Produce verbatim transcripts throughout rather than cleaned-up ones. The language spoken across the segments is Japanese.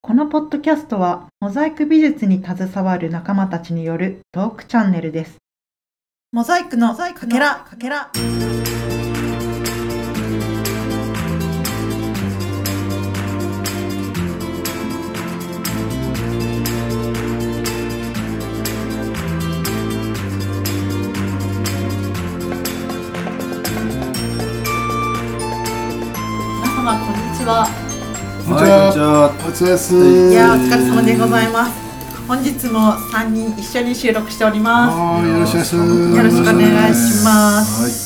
このポッドキャストはモザイク美術に携わる仲間たちによるトークチャンネルです。モザイクのかけらかけら。皆様こんにちは。 こんにちは。お疲れ様です。 いやお疲れ様でございます。本日もさんにん一緒に収録しております。 よろしくお願いします。 よろしくお願いします。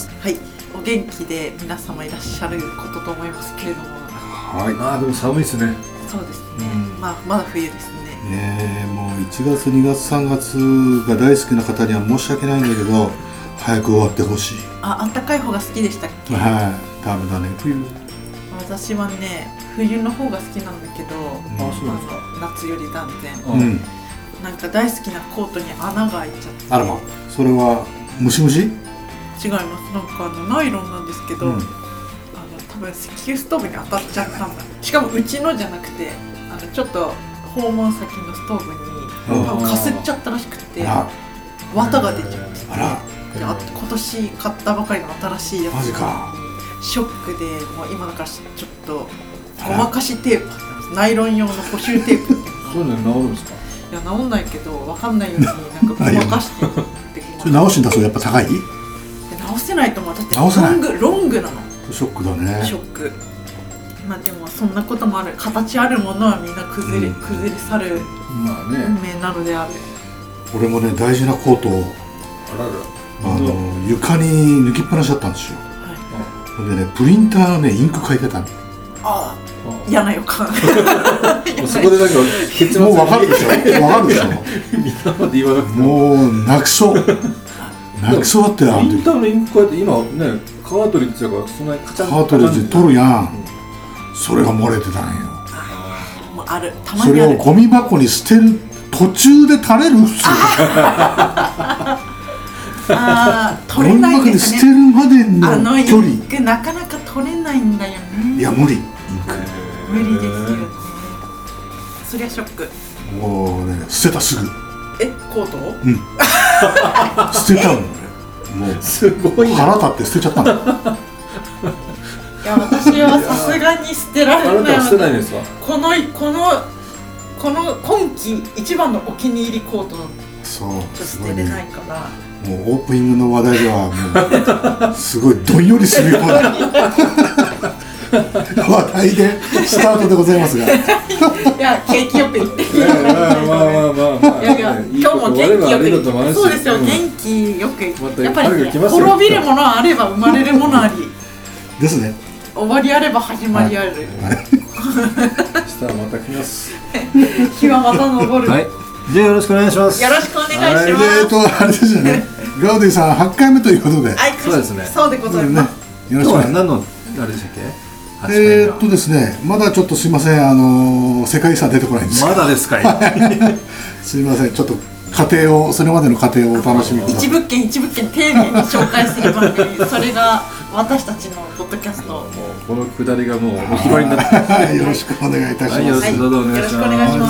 はい、はい、お元気で皆様いらっしゃることと思いますけれども。 はい。あーでも寒いですね。 そうですね。うん、まあまだ冬ですね。 ねえ、もういちがつ、にがつ、さんがつが大好きな方には申し訳ないんだけど、早く終わってほしい。 あ、あったかい方が好きでしたっけ？ はい。ダメだね。冬。 私はね、冬の方が好きなんだけど、 あ、そうなんですか。 夏より断然。 うん。 なんか大好きなコートに穴が開いちゃって。 あらま、それはムシムシ？違います。なんかあのナイロンなんですけど、うん、あの多分石油ストーブに当たっちゃったんだ。しかもうちのじゃなくて、あのちょっと訪問先のストーブに多分かすっちゃったらしくて、綿が出ちゃって。あら。で、あと今年買ったばかりの新しいやつ。 マジか。 ショックで、もう今だからちょっとごまかしテープ、ナイロン用の補修テープ。 そういうの治るんですか？ いや、治んないけど分かんないようになんかごまかしてってそれ直しんだそうやっぱ高い？ 直せないと思う。だってロングロングなの。 ショックだね。 ショック。まあでもそんなこともある。形あるものはみんな崩れ、うん、崩れ去る運命なのである。 俺もね、大事なコートをあららあの床に抜きっぱなしだったんですよ。でね、プリンターのね、インク書いてたの。 ああ、嫌な予感。 そこでなんか結末もう分かるでしょ。分かるでしょ。みんなまで言わなくてもう泣くそう泣くそうだって。プリンターのインク書いて今ね、カートリッジだからそんなにカチャンカートリッジ取るやん、うん、それが漏れてたんよ。 もうある、たまにある。 それをゴミ箱に捨てる途中で垂れる。普通あー、取れないんですね。 捨てるまでのあの距離インクなかなか取れないんだよね。 いや無理。インク無理ですよね。そりゃショック。 もうね、捨てたすぐ。 え、コート？ うん。捨てたのね。もうすごい腹立って捨てちゃったの。いや、私はさすがに捨てられない。あなたは捨てないんですか？このこのこの今季一番のお気に入りコートなんで。 そう。 捨てれないから。 もうオープニングの話題ではもうすごいどんよりするような話題でスタートでございますが、いや、景気よく言っていやいや、まあまあまあまあ、いやいや、今日も元気よく、そうですよ、元気よく、やっぱりね、滅びるものはあれば生まれるものありですね。 終わりあれば始まりある。 したらまた来ます。 日はまた昇る。 はい、じゃあよろしくお願いします。 よろしくお願いします。 えっとあれですよね。ガウディさんはちかいめということで。 そうですね。そうでございます。 よろしくお願いします。何のあれでしたっけ？えーっとですね、まだちょっとすいません、あの世界遺産出てこないんです。まだですかい。すいません、ちょっと過程をそれまでの過程をお楽しみください。 一物件一物件丁寧に紹介する番組、それが私たちのポッドキャスト。もうこのくだりがもうお決まりになってます。よろしくお願いいたします。 よろしくお願いします。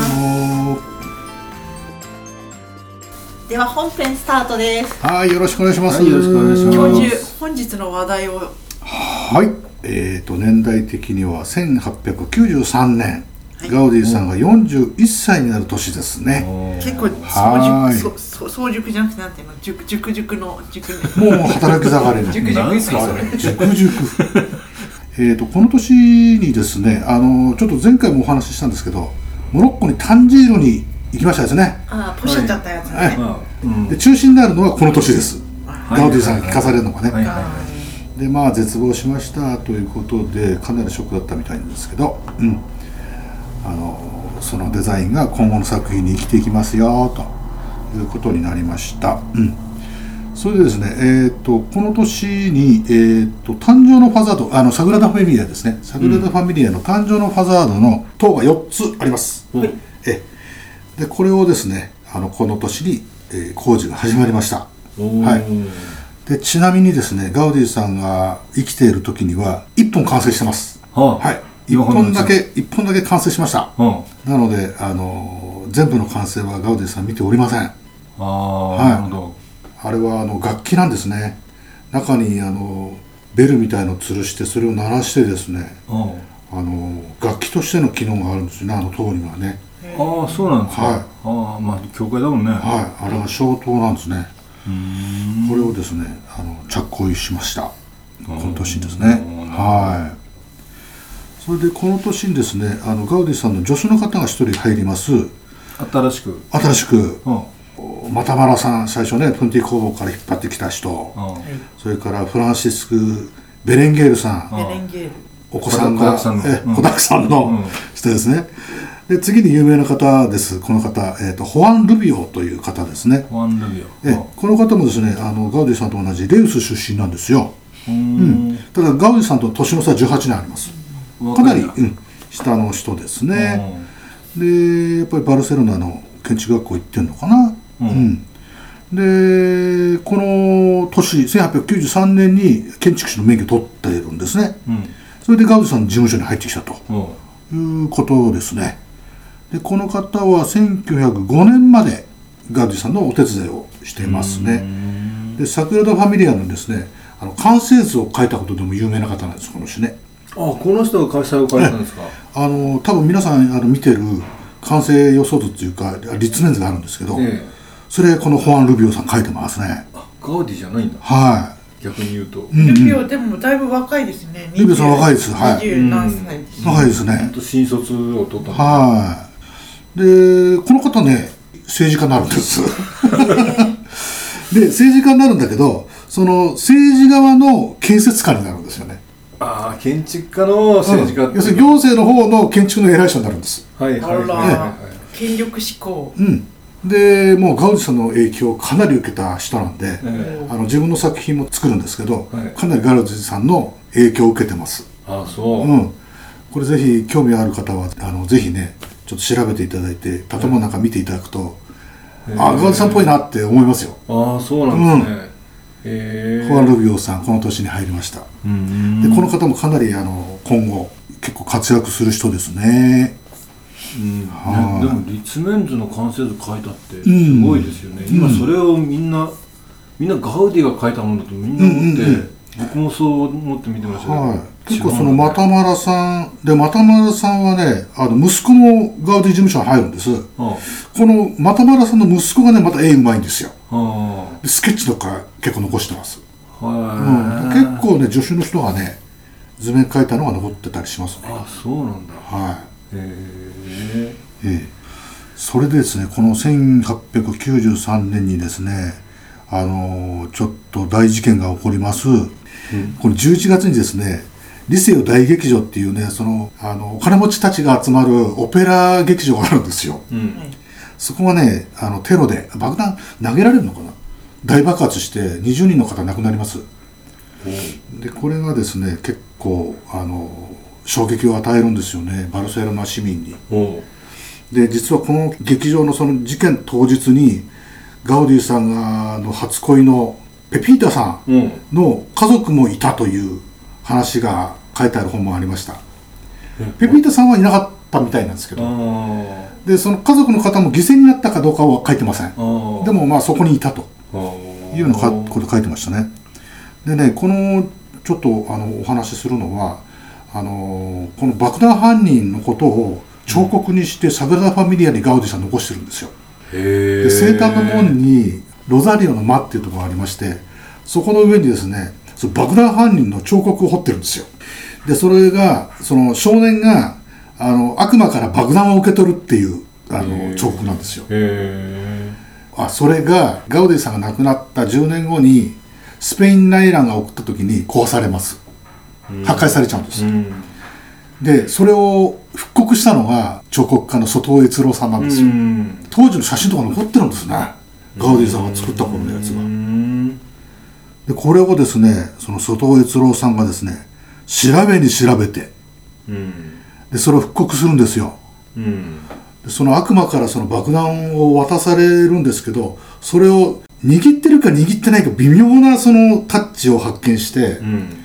では本編スタートです。 はい、よろしくお願いします。 よろしくお願いします。今日本日の話題を。 はい、えーと年代的にはせんはっぴゃくきゅうじゅうさんねん、はい、ガウディさんがよんじゅういっさいになる年ですね。 結構早熟、そ早熟じゃなくてなんていうの、熟熟熟の熟もう働き盛りの熟熟ですかそれ。 熟熟。えーとこの年にですね、あのちょっと前回もお話ししたんですけど、モロッコにタンジールに行きましたですね。 ああ、ポシャっちゃったやつね。 はいうん、で中心になるのはこの年です。はい、ガウディさんが聞かされるのがね。はいはいはい、でまあ絶望しましたということでかなりショックだったみたいなんですけど、うん、あのそのデザインが今後の作品に生きていきますよということになりました。うん、それでですね、えー、とこの年に、えー、と誕生のファザード、あのサグラダ・ファミリアですね、サグラダ・ファミリアの誕生のファザードの塔がよっつあります。はい、えでこれをですね、あのこの年に、えー、工事が始まりました。はい、でちなみにですね、ガウディさんが生きている時にはいっぽん完成してます。はあ、はい、 いっぽんだけいっぽんだけ完成しました、うん、なのであの全部の完成はガウディさん見ておりません。 あ、はい、なるほど。 あれはあの楽器なんですね。中にあのベルみたいのを吊るしてそれを鳴らしてですね、うん、あの楽器としての機能があるんですよね、あの塔にはね。 ああ、そうなんですか。はい、ああ、まあ教会だもんね。 はい、あれは小塔なんですね。うーん、これをですねあの着工しました、この年にですね。はい。それでこの年にですねあのガウディさんの助手の方が一人入ります。 新しく新しく、うん、マタマラさん、最初ねプンティ工房から引っ張ってきた人、うん、それからフランシスク・ベレンゲールさん、 ベレンゲール、 お子さんが子だくさんの人ですね。で次に有名な方です。この方、えーと、ホアン・ルビオという方ですね。 ホアン・ルビオ、 えこの方もですねあのガウディさんと同じレウス出身なんですよ。うん、ただガウディさんと年の差じゅうはちねんあります。かなり、うん、下の人ですね。でやっぱりバルセロナの建築学校行ってんのかな、うんうん、でこの年せんはっぴゃくきゅうじゅうさんねんに建築士の免許を取っているんですね、うん、それでガウディさんの事務所に入ってきたということですね。でこの方はせんきゅうひゃくごねんまでガウディさんのお手伝いをしていますね。でサグラダ・ファミリアのですねあの完成図を描いたことでも有名な方なんです、この人ね。 あ、この人が開催を書いたんですか。 あの多分皆さんあの見てる完成予想図っていうか立面図があるんですけど、ええ、それこのホアン・ルビオさん書いてますね。 あ、ガウディじゃないんだ。 はい、 逆に言うと、 うんうん、ルビオでもだいぶ若いですね。 ルビオさん若いです。はい、 にじゅう何歳です、 若いですね。 ほんと新卒を取ったの。 はい。でこの方ね政治家になるんですで政治家になるんだけどその政治側の建設家になるんですよね。 ああ、建築家の政治家、うん、 要するに行政の方の建築の偉い人になるんです。 はいはいはいはい、 はい、権力志向、 うん、でもうガウディさんの影響をかなり受けた人なんで、えー、あの自分の作品も作るんですけど、はい、かなりガウディさんの影響を受けてます。 ああ、そう、うん、 これぜひ興味ある方はあのぜひねちょっと調べていただいて建物なんか見ていただくと、えー、あガウディさんっぽいなって思いますよ。 ああ、そうなんですね、うん、 ホアン・ルビオさんこの年に入りました。うん、でこの方もかなりあの今後結構活躍する人ですね。 うん、はね、でも立面図の完成図書いたってすごいですよね、うん、今それをみんなみんなガウディが書いたものだとみんな思って、うんうんうん、僕もそう思って見てましたけど、はい、 結構そのマタマラさんでマタマラさんはねあの息子もガウディ事務所に入るんです。ああ、このマタマラさんの息子がねまた絵うまいんですよ。ああ、でスケッチとか結構残してます。はい、うん、結構ね助手の人がね図面描いたのが残ってたりしますね。 あ、そうなんだ。 はい。へええそれでですねこのせんはっぴゃくきゅうじゅうさんねんにですねあのー、ちょっと大事件が起こります、うん、このじゅういちがつにですねリセオ大劇場っていうねそのあのお金持ちたちが集まるオペラ劇場があるんですよ、うん、そこがねあのテロで爆弾投げられるのかな大爆発してにじゅうにんの方亡くなります、うん、でこれがですね結構あの衝撃を与えるんですよねバルセロナ市民に。で実はこの劇場のその事件当日にガウディさんがの初恋のペピータさんの家族もいたという話が書いてある本もありました。ペピータさんはいなかったみたいなんですけどでその家族の方も犠牲になったかどうかは書いてません。でもまあそこにいたというようなこと書いてましたね。でねこのちょっとあのお話しするのはあのこの爆弾犯人のことを彫刻にしてサグラダ・ファミリアにガウディさん残してるんですよ。へで生誕の門にロザリオの間っていうところがありましてそこの上にですねその爆弾犯人の彫刻を彫ってるんですよ。でそれがその少年があの悪魔から爆弾を受け取るっていうあの彫刻なんですよ。へあそれがガウディさんが亡くなったじゅうねんごにスペイン内乱が起こった時に壊されます。破壊されちゃうんです、うん、でそれを復刻したのが彫刻家の外尾悦郎さんなんですよ、うん、当時の写真とか残ってるんですね、うん、ガウディさんが作った頃のやつが、うん、でこれをですねその外尾悦郎さんがですね調べに調べて、うん、でそれを復刻するんですよ、うん、でその悪魔からその爆弾を渡されるんですけどそれを握ってるか握ってないか微妙なそのタッチを発見して、うんで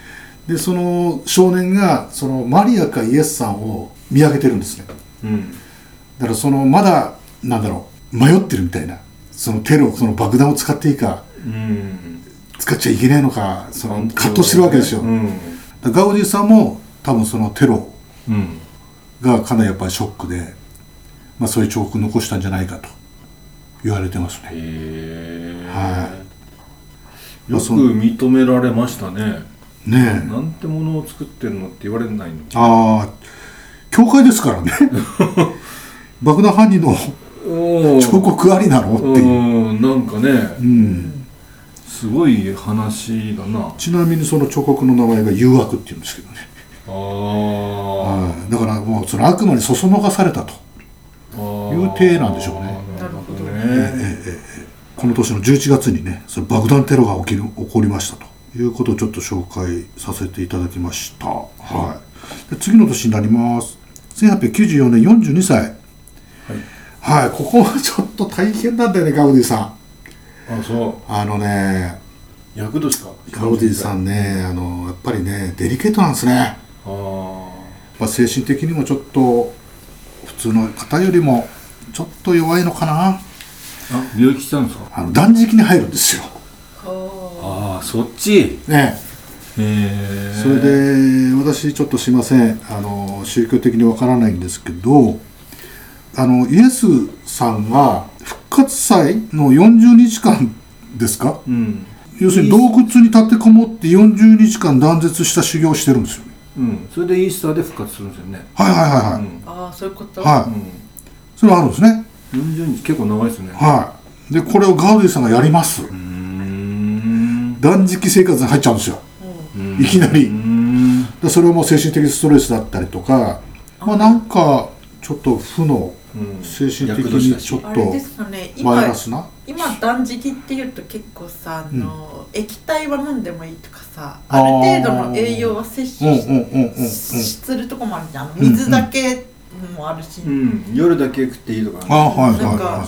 でその少年がそのマリアかイエスさんを見上げてるんですね、うん、だからそのまだなんだろう迷ってるみたいな、そのテロその爆弾を使っていいか、うん、使っちゃいけないのかその葛藤してるわけですよ、うん、だガウディさんも多分そのテロがかなりやっぱりショックで、まあ、そういう彫刻残したんじゃないかと言われてますね。へー、 はい、よく認められましたね。ねえ、なんてものを作ってるのって言われないの。 ああ、教会ですからね爆弾犯人の彫刻ありなのっていう、 なんかね、うん、すごい話だな。 ちなみにその彫刻の名前が誘惑っていうんですけどね。ああ、だからもうその悪魔にそそのかされたという体なんでしょうね。なるほどね。ええええ、この年のじゅういちがつにね、その爆弾テロが起きる起こりましたということをちょっと紹介させていただきました。はい。で次の年になります。せんはっぴゃくきゅうじゅうよねんよんじゅうにさい。はい。はい、ここはちょっと大変なんだよね、ガウディさん。 あ、そう。 あのね、 役ですか。 ガウディさんね、あのやっぱりねデリケートなんですね。ああ。精神的にもちょっと普通の方よりもちょっと弱いのかな。あ、 病気したんですか。 あの断食に入るんですよ。 ああ、そっちね。 へえ。それで私ちょっとすいません、あの宗教的にわからないんですけど、あのイエスさんが復活祭のよんじゅうにちかんですか、うん、要するに洞窟に立てこもってよんじゅうにちかん断絶した修行をしてるんですよね。 うん、それでイースターで復活するんですよね。 はいはいはいはい、うん、 ああ、そういうこと。 はい、うん、それはあるんですね。 よんじゅうにち結構長いですね。 はい。でこれをガウディさんがやります。うーん、断食生活に入っちゃうんですよ、うん、いきなり。うん、でそれはもう精神的ストレスだったりとか、まあなんかちょっと負の、うん、精神的にちょっとマイナスな。 今断食っていうと結構さ、あの、うん、液体は飲んでもいいとかさ、ある程度の栄養は摂取するとこもあるじゃん。水だけもあるし、 うん、夜だけ食っていいとか、ね、 あ、はいはいはい、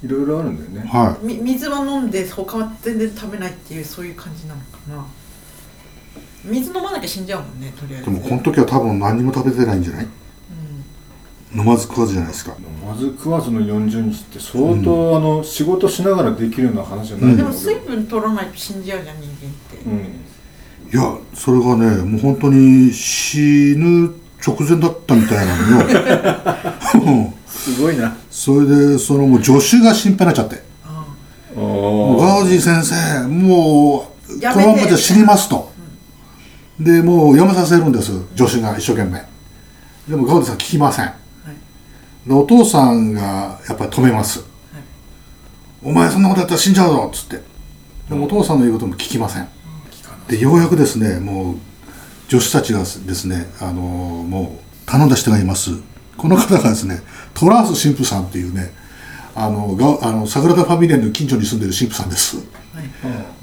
いろいろあるんだよね。 はい、 み水は飲んで他は全然食べないっていう、そういう感じなのかな。水飲まなきゃ死んじゃうもんね、とりあえず。 でもこの時は多分何にも食べてないんじゃない？うん、飲まず食わずじゃないですか。 飲まず食わずのよんじゅうにちって相当、うん、あの仕事しながらできるような話じゃない、うん、 でも水分取らないと死んじゃうじゃん、人間って、うん、 いやそれがね、もう本当に死ぬ直前だったみたいなのよすごいな。 それでそのもう助手が心配になっちゃって、うん、もうガウディ先生もうこのままじゃ死にますと、うん、でもうやめさせるんです、助手が一生懸命。でもガウディさん聞きません、はい、でお父さんがやっぱり止めます、はい、お前そんなことやったら死んじゃうぞっつって。でもお父さんの言うことも聞きません、うん、でようやくですね、もう助手たちがですね、あのー、もう頼んだ人がいます。この方がですね、トラース神父さんっていうね、あのがあのサグラダ・ファミリアの近所に住んでる神父さんです、はい、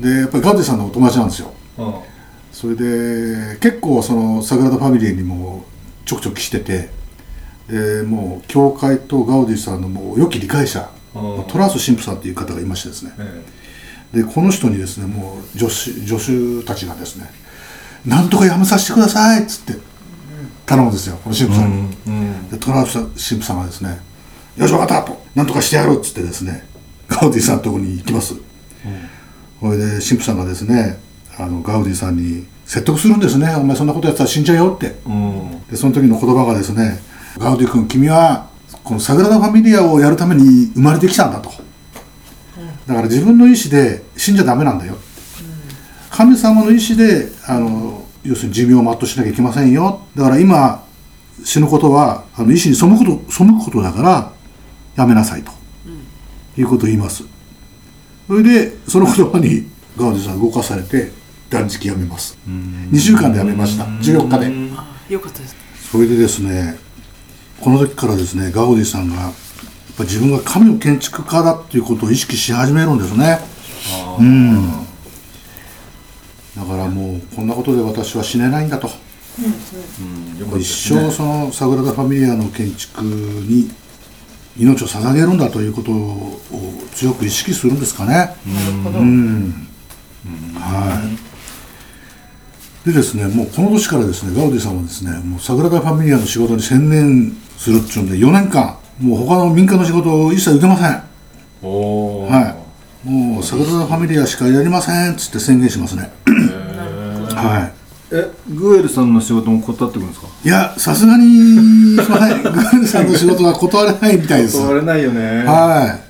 でやっぱりガウディさんのお友達なんですよ、うん、それで結構そのサグラダ・ファミリアにもちょくちょく来てて、でもう教会とガウディさんのもう良き理解者、うん、トラース神父さんっていう方がいましてですね、うん、でこの人にですね、もう助手、助手たちがですね、なんとかやめさせてくださいっつって頼むんですよ、この神父さんに、うんうん、でトラース神父さんがですね、よし分かったと、なんとかしてやるっつってですね、ガウディさんのところに行きます、うん、それで神父さんがですね、あのガウディさんに説得するんですね。お前そんなことやったら死んじゃうよって、うん、でその時の言葉がですね、ガウディ君、君はこのサグラダ・ファミリアをやるために生まれてきたんだと、だから自分の意思で死んじゃダメなんだよ、うん、神様の意思であの要するに寿命を全うしなきゃいけませんよ、だから今死ぬことはあの意思に背くこと背くことだからやめなさいと、うん、いうことを言います。それでその言葉にガウディさん動かされて断食やめます。にしゅうかんでやめました。じゅうよっかで。 あ、よかったです。 それでですね、この時からですね、ガウディさんがやっぱ自分が神の建築家だっていうことを意識し始めるんですね。うん、だからもうこんなことで私は死ねないんだと、うんうん、一生そのサグラダ・ファミリアの建築に命を捧げるんだということを強く意識するんですかね。なるほど、うん、はい。 でですね、もうこの年からですね、ガウディさんはですね、もうサグラダ・ファミリアの仕事に専念するっていうんで、よねんかんもう他の民間の仕事を一切受けません。 おー、 はい、もうサグラダ・ファミリアしかやりませんっつって宣言しますね。はい。 え、グエルさんの仕事も断ってくるんですか？ いや、さすがにすいません、グエルさんの仕事は断れないみたいです。 断れないよね。 はい。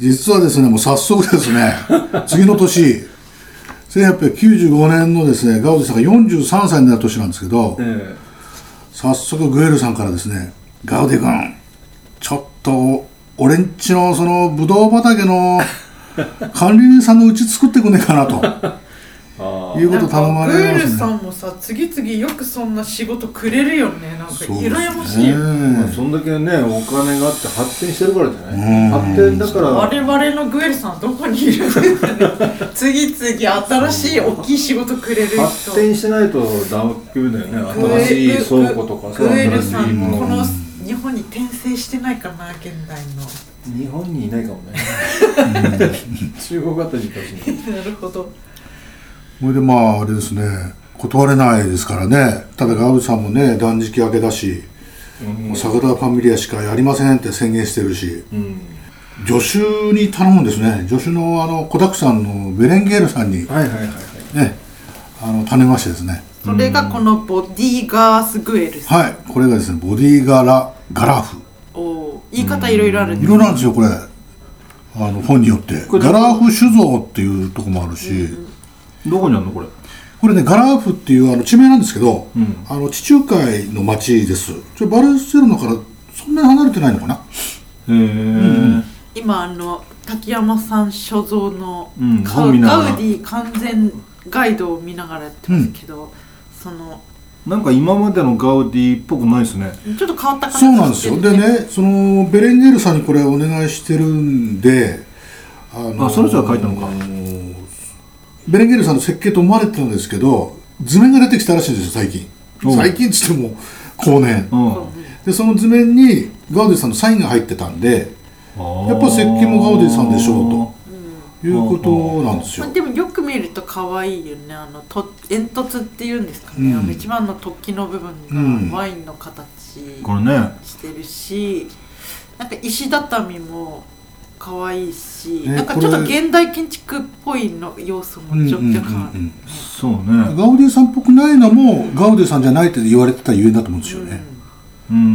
実はですね、もう早速ですね、次の年せんはっぴゃくきゅうじゅうごねんのですね、ガウディさんがよんじゅうさんさいになる年なんですけど、ええ、早速グエルさんからですね、ガウディ君、ちょっと俺んちのそのブドウ畑の管理人さんのうち作ってくんねえかなということ頼まれますね。 グエルさんもさ、次々よくそんな仕事くれるよね。なんか羨ましいよ、 まあ、そんだけねお金があって発展してるからじゃない。発展だから我々のグエルさんはどこにいるんですかね。次々新しい大きい仕事くれる人。 発展してないとダメだよね。新しい倉庫とかさ、 グエルさんこの日本に転生してないかな、現代の。 日本にいないかもね。中国あたりかもしれない。 なるほど。 それでまああれですね、断れないですからね。ただガウディさんもね、断食明けだし、うん、もうサグラダ・ファミリアしかやりませんって宣言してるし、うん、助手に頼むんですね。助手のあのコダクさんのベレンゲールさんに、はいはいはいはい、ね、あの頼みましてですね。 それがこのボディーガースグエルさん。 はい、これがですね、ボディーガラガラフ。 お、言い方いろいろあるんです、ね。いろいろなんですよこれ。あの本によってガラフ酒造っていうとこもあるし。うんうん、どこにあるのこれ？ これね、ガラーフっていうあの地名なんですけど、うん、あの地中海の町です。ちょバルセロナからそんなに離れてないのかな。 へー、うん、 今あの滝山さん所蔵の、うん、ガウディ完全ガイドを見ながらやってますけど、うん、そのなんか今までのガウディっぽくないですね。 ちょっと変わった感じ。 そうなんですよ。でね、そのベレンゲールさんにこれお願いしてるんで、 あのー、あその人が書いたのか。 ベレンゲールさんの設計と思われてたんですけど、図面が出てきたらしいんですよ最近。最近っつっても後年、うん、でその図面にガウディさんのサインが入ってたんで、やっぱ設計もガウディさんでしょうということなんですよ。 まあ、でもよく見ると可愛いよね。あのと煙突っていうんですかね、うん、あの一番の突起の部分がワインの形してるし、うんね、なんか石畳も可愛いし、ね、なんかちょっと現代建築っぽいの要素もちょっとある、ね、 そうね。 ガウディさんっぽくないのもガウディさんじゃないって言われてたゆえんだと思うんですよね。 うん、うんうん、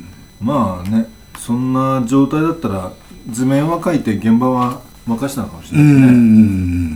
まあね、そんな状態だったら図面は描いて現場は任せたのかもしれないですね。うん、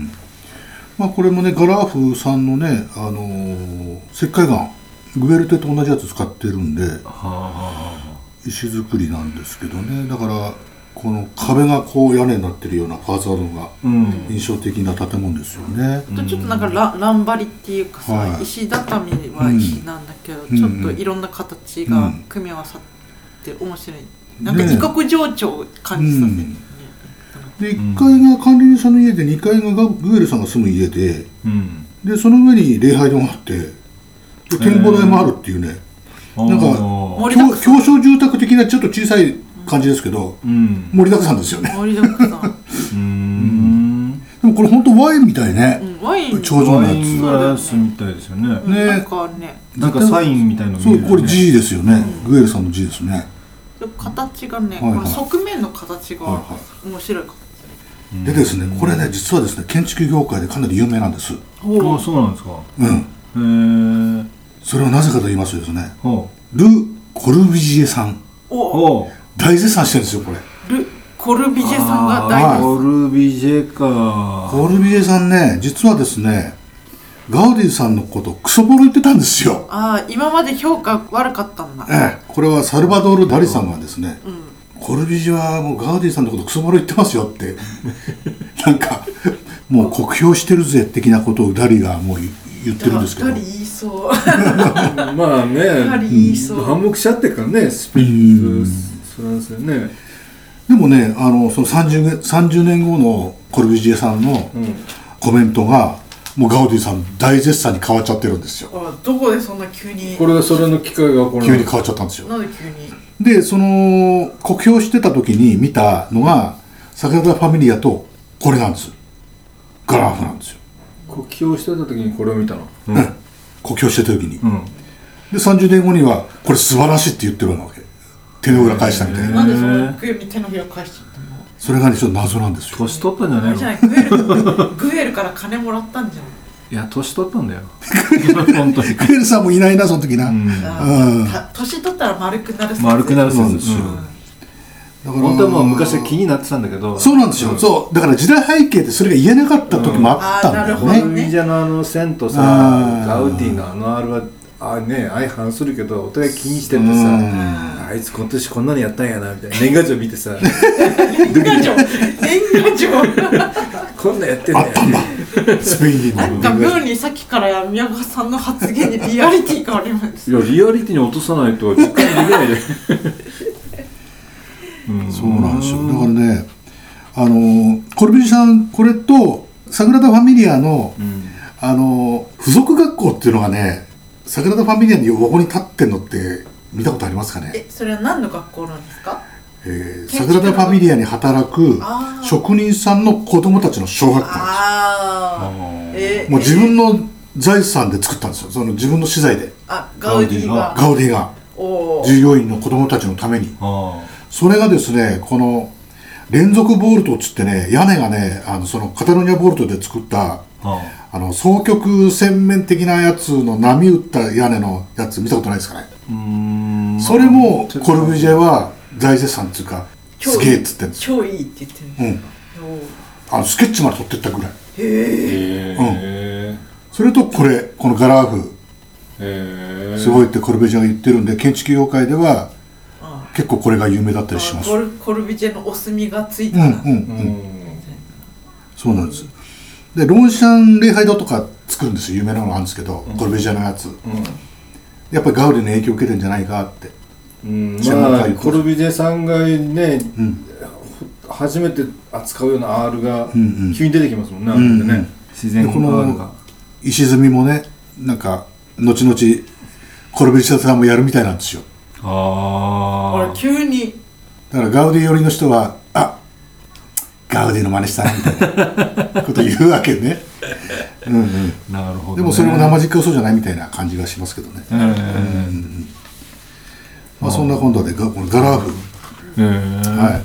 まあ、これもねガラーフさんのね、あのー、石灰岩グエルテと同じやつ使ってるんで、はあはあ、石造りなんですけどね。だからこの壁がこう屋根になってるようなファーザードが印象的な建物ですよね。 うん、ちょっとなんかラ乱張りっていうかさ、はい、石畳は石なんだけど、うん、ちょっといろんな形が組み合わさって面白い、うん、なんか異国情緒を感じさせる、ね。うんでいっかいが管理人さんの家でにかいがグエルさんが住む家で、うん、でその上に礼拝堂があってで展望台もあるっていうね、なんか狭小住宅的なちょっと小さい感じですけど、うん、盛りだくさんですよね。 盛りだくさんうーん、でもこれ本当ワインみたいね、うん、 ワイン頂上のやつ、 ワイングラスみたいですよね。 うん、ね、なんかね、 なんかサインみたいなの見える、ね、そうこれ G ですよね、うん、グエルさんの G ですね。 形がね、はいはい、この側面の形が面白いかも。 でですね、これね実はですね建築業界でかなり有名なんです。ああ、そうなんですか。 うん。へえ。それはなぜかと言いますとですね、ル・コルビジエさん、お大絶賛してるんですよこれ。 ル・コルビジエさんが大絶賛。 コルビジエか。 コルビジエさんね、実はですねガウディさんのことクソボロ言ってたんですよ。 ああ、今まで評価悪かったんだ。 ええ、これはサルバドール・ダリさんがですね、うん、コルビジエはもうガウディさんのことクソボロ言ってますよってなんかもう酷評してるぜ的なことをダリがもう言ってるんですけど。 ダリ言いそうまあね、 ダリ言いそう、 反目しちゃってるからね、スピッツフランスでね。 でもね、あのそのさんじゅう、さんじゅうねんごのコルビジエさんのコメントが、もうガウディさん大絶賛に変わっちゃってるんですよ。 あ、どこでそんな急にこれがそれの機会がこれ急に変わっちゃったんですよ。 なんで急に。 でその酷評してた時に見たのがサグラダ・ファミリアとこれなんです。ガラーフなんですよ。 国境してた時にこれを見たの、 うん、国境してた時に、 うん、 でさんじゅうねんごにはこれ素晴らしいって言ってるわけ、手の裏返したみたいな。 なんでそのグエルに手のひら返しちゃったの？ それがねちょっと謎なんですよ。 年取ったんじゃないの？ じゃない、グエルグエルから金もらったんじゃない？ いや年取ったんだよ本当にグエルさんもいないなその時な、うんうん、 年取ったら丸くなる丸くなるそうですよ、 だから本当はもう昔は気になってたんだけど、 そうなんですよ、うん、そうだから時代背景ってそれが言えなかった時もあったんだよね、 コルビュジエのあの線とさガウディのあの R はあね相反するけどお互い気にしててさ、あいつ今年こんなのやったんやなみたいな年賀状見てさ年賀状年賀状こんなやってんだよ、ね、 あったんだスペイン人なんか妙にさっきから宮川さんの発言にリアリティがあります。 いやリアリティに落とさないと実感できないでうん、そうなんですよ。だからねあのコルビュジエさんこれとサグラダ・ファミリアの、うん、あの付属学校っていうのがねサグラダ・ファミリアに横に立ってんのって見たことありますかね？ え、それは何の学校なんですか？ えー、サグラダ・ファミリアに働く職人さんの子供たちの小学校なんですよ。あ、えー、もう自分の財産で作ったんですよ。その自分の資材で。 あ、ガウディがガウディが従業員の子供たちのために。それがですねこの連続ボルトっつってね屋根がねあのそのカタロニアボルトで作ったあの双極洗面的なやつの波打った屋根のやつ見たことないですかね？うーん、それもコルビュジエは大絶賛っていうかすげえっつってるんですよ。 超いいって言ってるんです、うん、 あのスケッチまで撮ってったぐらい。 へえ、うん、それとこれこのガラーフへすごいってコルビュジエが言ってるんで建築業界では結構これが有名だったりします。 コル、コルビュジエのお墨がついたら、うんうんうん、 そうなんです。でロンシャン礼拝堂とか作るんですよ。有名なのがあるんですけど、うん、コルビュジエのやつ、うん、やっぱりガウディの影響を受けてるんじゃないかって、 うん、まあコルビュジエさんがね、うん、初めて扱うような R が急に出てきますもんね、うんうん、あれでね、自然の R が石積みもねなんか後々コルビュジエさんもやるみたいなんですよ。 ああ急にだからガウディ寄りの人はあガウディの真似したなみたいなこと言うわけねうん、うん、 なるほど、ね、 でもそれも生実家そうじゃないみたいな感じがしますけどね、うんうん、まあ、そんな今度でこのガラーフ、はい、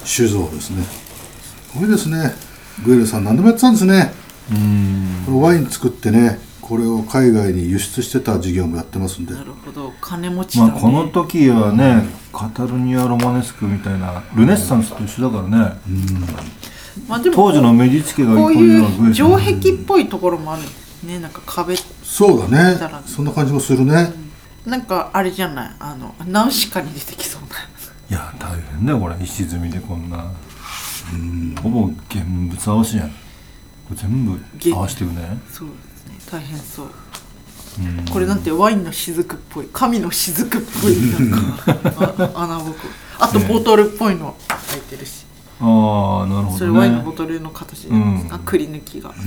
酒造ですね。これですねグエルさん何でもやってたんですね。うん、これワイン作ってねこれを海外に輸出してた事業もやってますんで。 なるほど金持ちだね。 まあ、この時はね、うん、カタルニア・ロマネスクみたいなルネッサンスと一緒だからね、うん、まあ、でも当時のメディチ家がこういう城壁っぽいところもあるんですね。なんか壁そうだねそんな感じもするね、 うん、なんかあれじゃないあのナウシカに出てきそうな。 いや大変だよこれ石積みでこんな、うん、ほぼ現物合わせじゃん。これ全部合わせてるね。 そうですね大変そう。うんこれなんてワインの雫っぽい神の雫っぽいなんか穴ぼこあとボトルっぽいの入ってるし、 ね、ああなるほどね。 それワインのボトルの形じゃないですか、うん、くり抜きが、うん、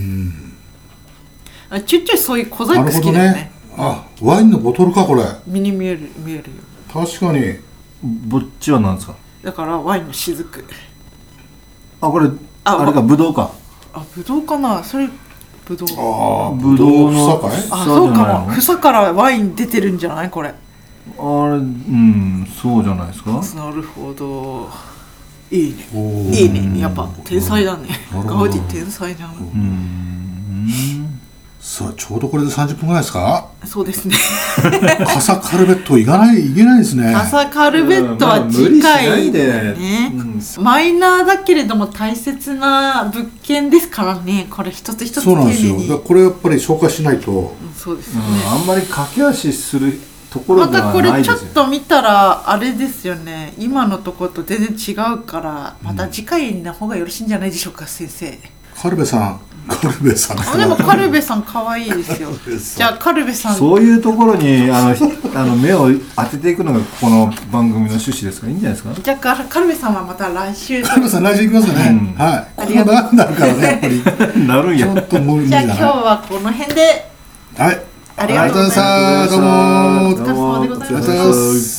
あちゅっちゅそういう小細工好きだよ ね, ねあワインのボトルかこれ身に見える見えるよ。 確かにぼっちは何ですか？ だからワインの雫。 あこれ あ, あれかブドウか。 あブドウかなそれブドウ。 ああブドウの房かい？ あそうかも房からワイン出てるんじゃないこれ。あれうんそうじゃないですか。 なるほどいいねいいねやっぱ天才だね。ガウディ天才じゃん。うんさあちょうどこれでさんじゅっぷんぐらいですか。 そうですねカサカルベットいかないいけないですね。 カサカルベットは次回ね、うん、マイナーだけれども大切な物件ですからね。これ一つ一つ丁寧に。 そうなんですよ。だこれやっぱり紹介しないと、 うん、そうですよね、 うん、あんまり駆け足するところではないですよ。 またこれちょっと見たらあれですよね今のところと全然違うからまた次回の方がよろしいんじゃないでしょうか、うん、先生。 カルベさんカルベさんあでもカルベさん可愛いですよじゃあカルベさんそういうところにあのあの目を当てていくのがこの番組の趣旨ですからいいんじゃないですか。 じゃあカルベさんはまた来週。 カルベさん来週行きますかね、うん、はいここがなるからねやっぱりなるんやちょっと無理だな。 じゃあ今日はこの辺ではいありがとうございました。 どうもお疲れ様でございました。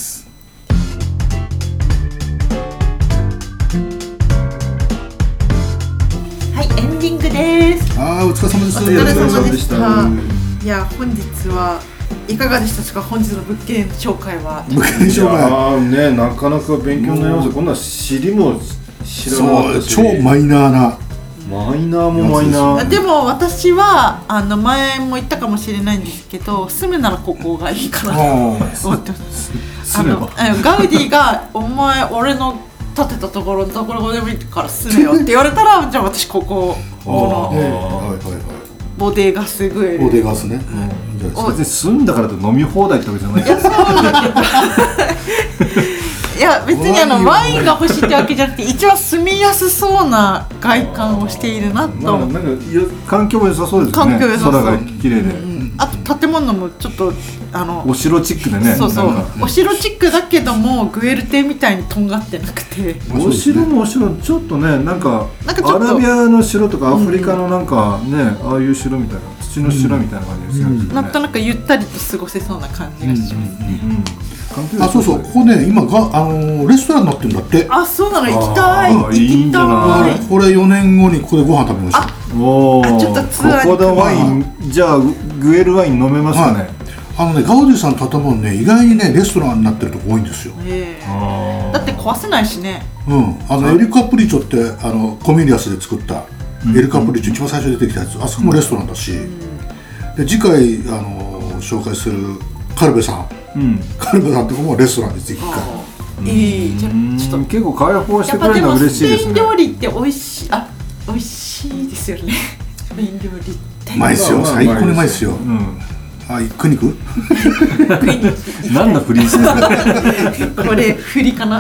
はいエンディングです。 あーお疲れ様です。 お疲れ様でした。いや本日はいかがでしたか。本日の物件紹介は。 物件紹介。 ああね、なかなか勉強になりますよ。こんな尻も知らなかったし。 超マイナーな。 マイナーもマイナー。 でも私はあの前も言ったかもしれないんですけど、住むならここがいいかなと思ってます。あのガウディがお前俺の建てたところのところでもいいから住めよって言われたらじゃあ私こここのボデガスグエルボデガスね。 別に住んだからと飲み放題ってわけじゃない。 いやそうだけどいや別にあのワインが欲しいってわけじゃなくて一番住みやすそうな外観をしているなと、 まあ、なんか環境も良さそうですよね。環境良さそう。空が綺麗で、うんうん、 あと建物もちょっとあのお城チックでね。 そうそう、お城チックだけどもグエル邸みたいにとんがってなくて、 お城もお城ちょっとねなんかアラビアの城とかアフリカのなんかね、うん、ああいう城みたいな土の城みたいな感じですよね、うん、 なんとなくゆったりと過ごせそうな感じがします、うんうんうんうん、あそうそうここね今が、あのー、レストランになってるんだって。 あそうなの行きたい行きたい。 いいんじゃない。 これよねんごにここでご飯食べました。 おあちょっとツアーにここでワインじゃあグエルワイン飲めますかね、はい、 あのねガウディさんの建物ね意外にねレストランになってるとこ多いんですよ。 だって壊せないしね。 うんあのエリカプリチョってあのコミリアスで作ったエリカプリチョ、うん、一番最初に出てきたやつあそこもレストランだし、うん、で次回あの紹介するカルベさん、うん、カルベさんってこもレストランです一回。 いいじゃちょっと結構開放してくれるのは嬉しいですね。 スペイン料理って美味しいあ美味しいですよね。スペイン料理ってうまいですよ。最高にうまいですよ。うんあ、クニク何のフリーズこれフリかな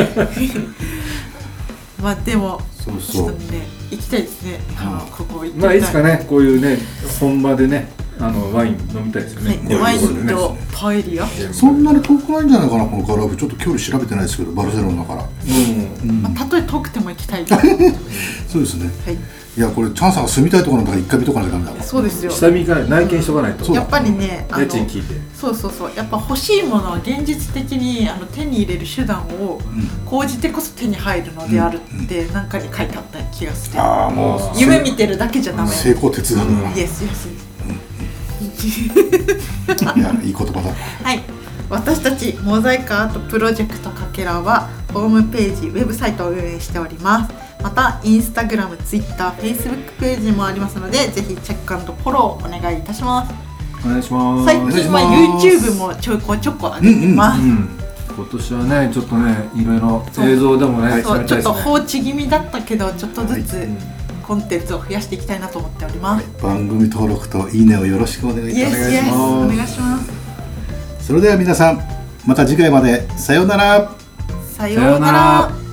まあでもそうそう、 ね、行きたいですね、 はあここ行ってみたい。 まあいつかねこういうね本場でねあのワイン飲みたいですよね、 はい、ワインとパエリアそんなに遠くないんじゃないかなこのガラフ。ちょっと距離調べてないですけどバルセロナから、 うんうんまあ、たとえ遠くても行きたいそうですね、はい、いやこれチャンさんが住みたいところなんだから一回見とかないとダメだわ。 そうですよ。 下見行かない内見しとかないと、 うん、やっぱりね家賃聞いてそうそうそうやっぱ欲しいものは現実的にあの手に入れる手段を講じてこそ手に入るのであるって何かに書いてあった気がして、うんうん、あもう夢見てるだけじゃダメ。 成功手伝うな。 イエスイエスいやいい言葉だ。 はい、私たちモザイクアートプロジェクトかけらはホームページウェブサイトを運営しております。またインスタグラム、ツイッター、フェイスブックページもありますのでぜひチェック&フォローお願いいたします。 お願いします。 最近は YouTube もちょこちょこ上げてます、うんうんうん、 今年はねちょっとねいろいろ映像でもねそうちょっと放置気味だったけどちょっとずつ、はいコンテンツを増やしていきたいなと思っております、 はい、番組登録といいねをよろしくお願いいたします。 イエスイエスお願いします。 それでは皆さんまた次回までさようなら。 さようなら。